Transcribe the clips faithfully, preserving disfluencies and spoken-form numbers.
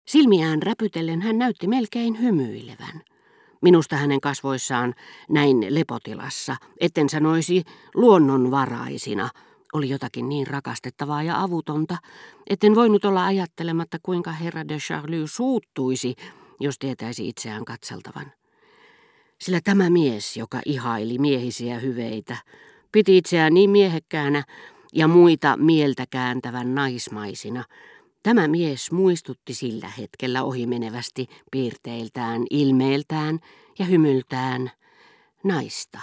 Silmiään räpytellen hän näytti melkein hymyilevän. Minusta hänen kasvoissaan näin lepotilassa, etten sanoisi luonnonvaraisina, oli jotakin niin rakastettavaa ja avutonta, etten voinut olla ajattelematta, kuinka herra de Charlus suuttuisi, jos tietäisi itseään katseltavan. Sillä tämä mies, joka ihaili miehisiä hyveitä, piti itseään niin miehekkäänä ja muita mieltä kääntävän naismaisina, tämä mies muistutti sillä hetkellä ohimenevästi piirteiltään, ilmeeltään ja hymyltään naista.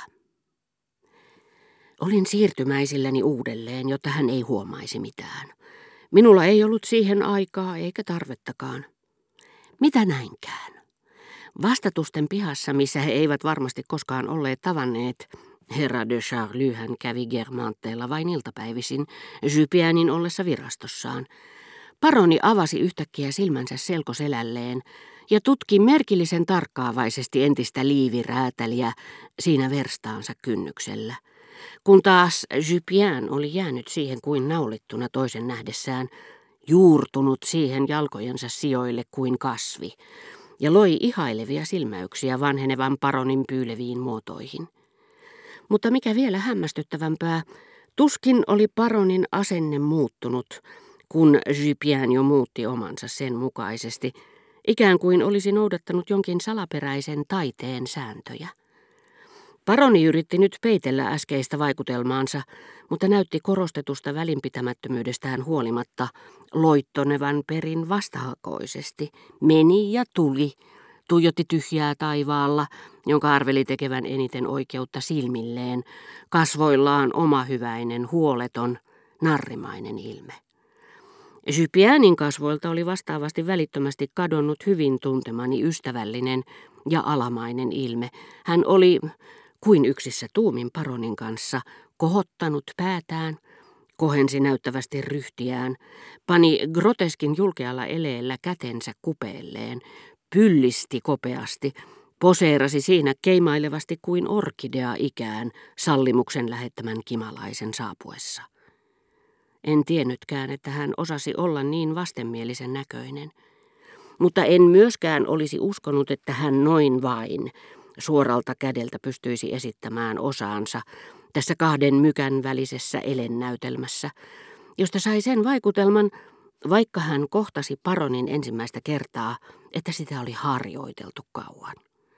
Olin siirtymäisilläni uudelleen, jotta hän ei huomaisi mitään. Minulla ei ollut siihen aikaa eikä tarvettakaan. Mitä näinkään? Vastatusten pihassa, missä he eivät varmasti koskaan olleet tavanneet, herra de Charlus hän kävi Guermanteella vain iltapäivisin, Jupienin ollessa virastossaan. Paroni avasi yhtäkkiä silmänsä selkoselälleen ja tutki merkillisen tarkkaavaisesti entistä liiviräätäliä siinä verstaansa kynnyksellä. Kun taas Jupien oli jäänyt siihen kuin naulittuna toisen nähdessään, juurtunut siihen jalkojensa sijoille kuin kasvi, ja loi ihailevia silmäyksiä vanhenevan paronin pyyleviin muotoihin. Mutta mikä vielä hämmästyttävämpää, tuskin oli paronin asenne muuttunut, kun Jupien jo muutti omansa sen mukaisesti, ikään kuin olisi noudattanut jonkin salaperäisen taiteen sääntöjä. Paroni yritti nyt peitellä äskeistä vaikutelmaansa, mutta näytti korostetusta välinpitämättömyydestään huolimatta loittonevan perin vastahakoisesti. Meni ja tuli, tuijotti tyhjää taivaalla, jonka arveli tekevän eniten oikeutta silmilleen, kasvoillaan omahyväinen, huoleton, narrimainen ilme. Jupienin kasvoilta oli vastaavasti välittömästi kadonnut hyvin tuntemani ystävällinen ja alamainen ilme. Hän oli, kuin yksissä tuumin paronin kanssa, kohottanut päätään, kohensi näyttävästi ryhtiään, pani groteskin julkealla eleellä kätensä kupeelleen, pyllisti kopeasti, poseerasi siinä keimailevasti kuin orkidea ikään sallimuksen lähettämän kimalaisen saapuessa. En tiennytkään, että hän osasi olla niin vastenmielisen näköinen, mutta en myöskään olisi uskonut, että hän noin vain suoralta kädeltä pystyisi esittämään osaansa tässä kahden mykän välisessä elennäytelmässä, josta sai sen vaikutelman, vaikka hän kohtasi paronin ensimmäistä kertaa, että sitä oli harjoiteltu kauan.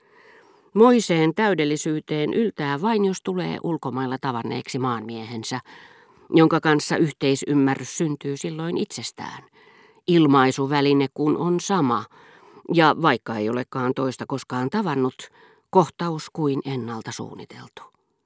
Moiseen täydellisyyteen yltää vain, jos tulee ulkomailla tavanneeksi maanmiehensä, jonka kanssa yhteisymmärrys syntyy silloin itsestään. Ilmaisuväline kun on sama, ja vaikka ei olekaan toista koskaan tavannut, kohtaus kuin ennalta suunniteltu.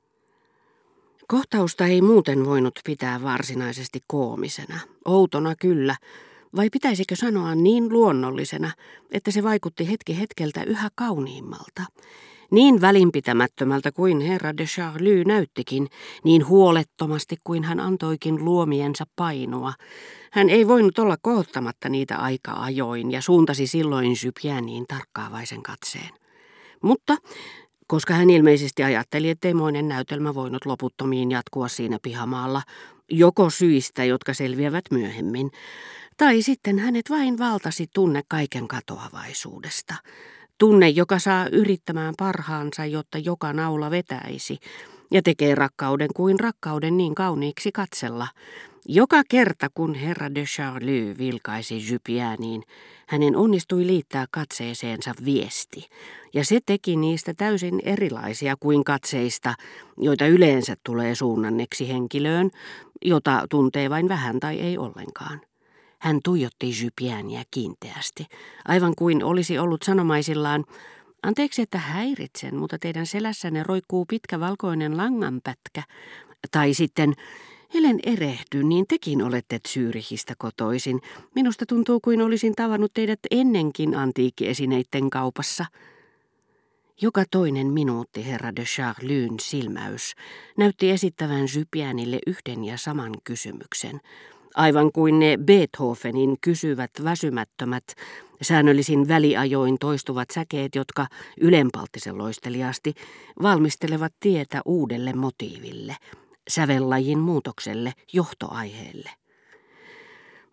Kohtausta ei muuten voinut pitää varsinaisesti koomisena, outona kyllä, vai pitäisikö sanoa niin luonnollisena, että se vaikutti hetki hetkeltä yhä kauniimmalta. Niin välinpitämättömältä kuin herra de Charlus näyttikin, niin huolettomasti kuin hän antoikin luomiensa painoa. Hän ei voinut olla kohottamatta niitä aika ajoin ja suuntasi silloin Jupieniin tarkkaavaisen katseen. Mutta koska hän ilmeisesti ajatteli, ettei moinen näytelmä voinut loputtomiin jatkua siinä pihamaalla, joko syistä, jotka selviävät myöhemmin, tai sitten hänet vain valtasi tunne kaiken katoavaisuudesta. Tunne, joka saa yrittämään parhaansa, jotta joka naula vetäisi, ja tekee rakkauden kuin rakkauden niin kauniiksi katsella. Joka kerta, kun herra de Charlus vilkaisi Jupieniin, hänen onnistui liittää katseeseensa viesti, ja se teki niistä täysin erilaisia kuin katseista, joita yleensä tulee suunnanneksi henkilöön, jota tuntee vain vähän tai ei ollenkaan. Hän tuijotti Jupienia kiinteästi, aivan kuin olisi ollut sanomaisillaan, anteeksi, että häiritsen, mutta teidän selässänne roikkuu pitkä valkoinen langanpätkä, tai sitten, ellen erehty, niin tekin olette Zürihistä kotoisin. Minusta tuntuu kuin olisin tavannut teidät ennenkin antiikkiesineitten kaupassa. Joka toinen minuutti herra de Charlusin silmäys näytti esittävän Jupienille yhden ja saman kysymyksen, aivan kuin ne Beethovenin kysyvät väsymättömät, säännöllisin väliajoin toistuvat säkeet, jotka ylenpalttisen loisteliaasti valmistelevat tietä uudelle motiiville, sävellajin muutokselle, johtoaiheelle.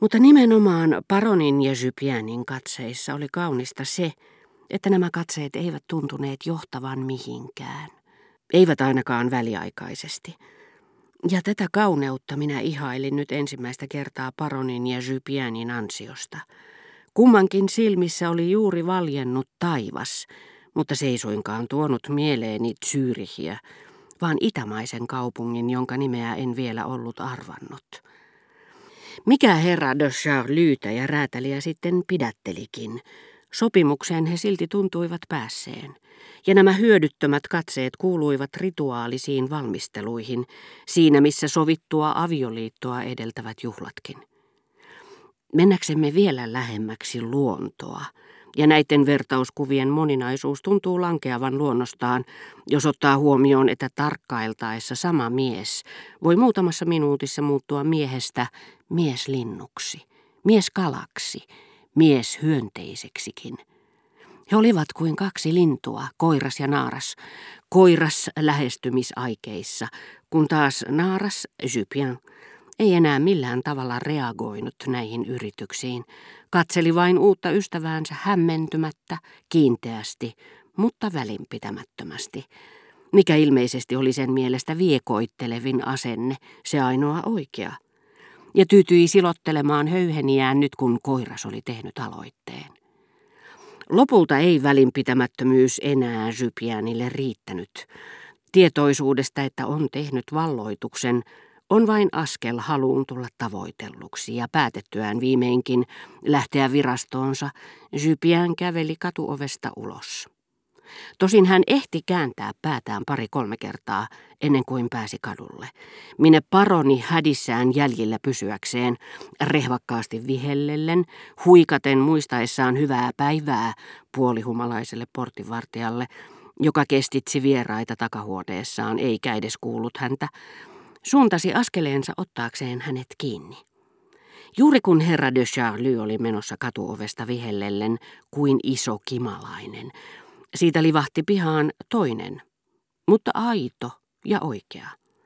Mutta nimenomaan paronin ja Jupienin katseissa oli kaunista se, että nämä katseet eivät tuntuneet johtavan mihinkään. Eivät ainakaan väliaikaisesti. Ja tätä kauneutta minä ihailin nyt ensimmäistä kertaa paronin ja Jupienin ansiosta. Kummankin silmissä oli juuri valjennut taivas, mutta se ei suinkaan tuonut mieleeni Zürichiä, vaan itämaisen kaupungin, jonka nimeä en vielä ollut arvannut. Mikä herra de Charlytä ja räätäliä sitten pidättelikin, sopimukseen he silti tuntuivat päässeen, ja nämä hyödyttömät katseet kuuluivat rituaalisiin valmisteluihin, siinä missä sovittua avioliittoa edeltävät juhlatkin. Mennäksemme vielä lähemmäksi luontoa, ja näiden vertauskuvien moninaisuus tuntuu lankeavan luonnostaan, jos ottaa huomioon, että tarkkailtaessa sama mies voi muutamassa minuutissa muuttua miehestä mieslinnuksi, mieskalaksi, mieshyönteiseksikin. He olivat kuin kaksi lintua, koiras ja naaras, koiras lähestymisaikeissa, kun taas naaras, Jupien, ei enää millään tavalla reagoinut näihin yrityksiin, katseli vain uutta ystäväänsä hämmentymättä, kiinteästi, mutta välinpitämättömästi, mikä ilmeisesti oli sen mielestä viekoittelevin asenne, se ainoa oikea, ja tyytyi silottelemaan höyheniään nyt kun koiras oli tehnyt aloitteen. Lopulta ei välinpitämättömyys enää Jupienille riittänyt. Tietoisuudesta, että on tehnyt valloituksen, on vain askel haluun tulla tavoitelluksi, ja päätettyään viimeinkin lähteä virastoonsa, Jupien käveli katuovesta ulos. Tosin hän ehti kääntää päätään pari-kolme kertaa ennen kuin pääsi kadulle, minne paroni hädissään jäljillä pysyäkseen, rehvakkaasti vihellellen, huikaten muistaessaan hyvää päivää puolihumalaiselle portinvartijalle, joka kestitsi vieraita takahuoneessaan eikä edes kuullut häntä, suuntasi askeleensa ottaakseen hänet kiinni. Juuri kun herra de Charly oli menossa katuovesta vihellellen kuin iso kimalainen, siitä livahti pihaan toinen, mutta aito ja oikea.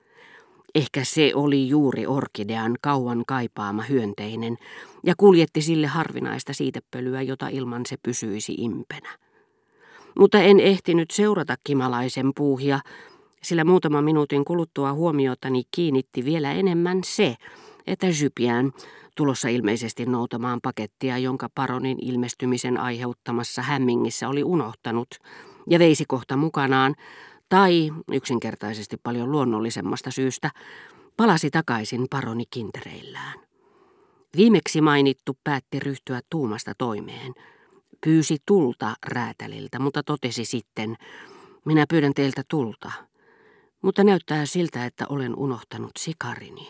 Ehkä se oli juuri orkidean kauan kaipaama hyönteinen ja kuljetti sille harvinaista siitepölyä, jota ilman se pysyisi impenä. Mutta en ehtinyt seurata kimalaisen puuhia, sillä muutaman minuutin kuluttua huomiotani kiinnitti vielä enemmän se, että Jupien, tulossa ilmeisesti noutamaan pakettia, jonka paronin ilmestymisen aiheuttamassa hämmingissä oli unohtanut, ja veisi kohta mukanaan, tai yksinkertaisesti paljon luonnollisemmasta syystä, palasi takaisin paroni kintereillään. Viimeksi mainittu päätti ryhtyä tuumasta toimeen. Pyysi tulta räätäliltä, mutta totesi sitten, minä pyydän teiltä tulta, mutta näyttää siltä, että olen unohtanut sikarini.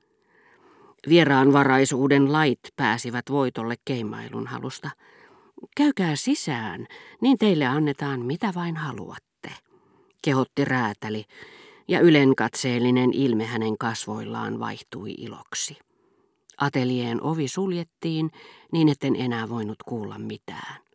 Vieraanvaraisuuden lait pääsivät voitolle keimailun halusta. Käykää sisään, niin teille annetaan mitä vain haluatte, kehotti räätäli, ja ylenkatseellinen ilme hänen kasvoillaan vaihtui iloksi. Atelieen ovi suljettiin niin, etten enää voinut kuulla mitään.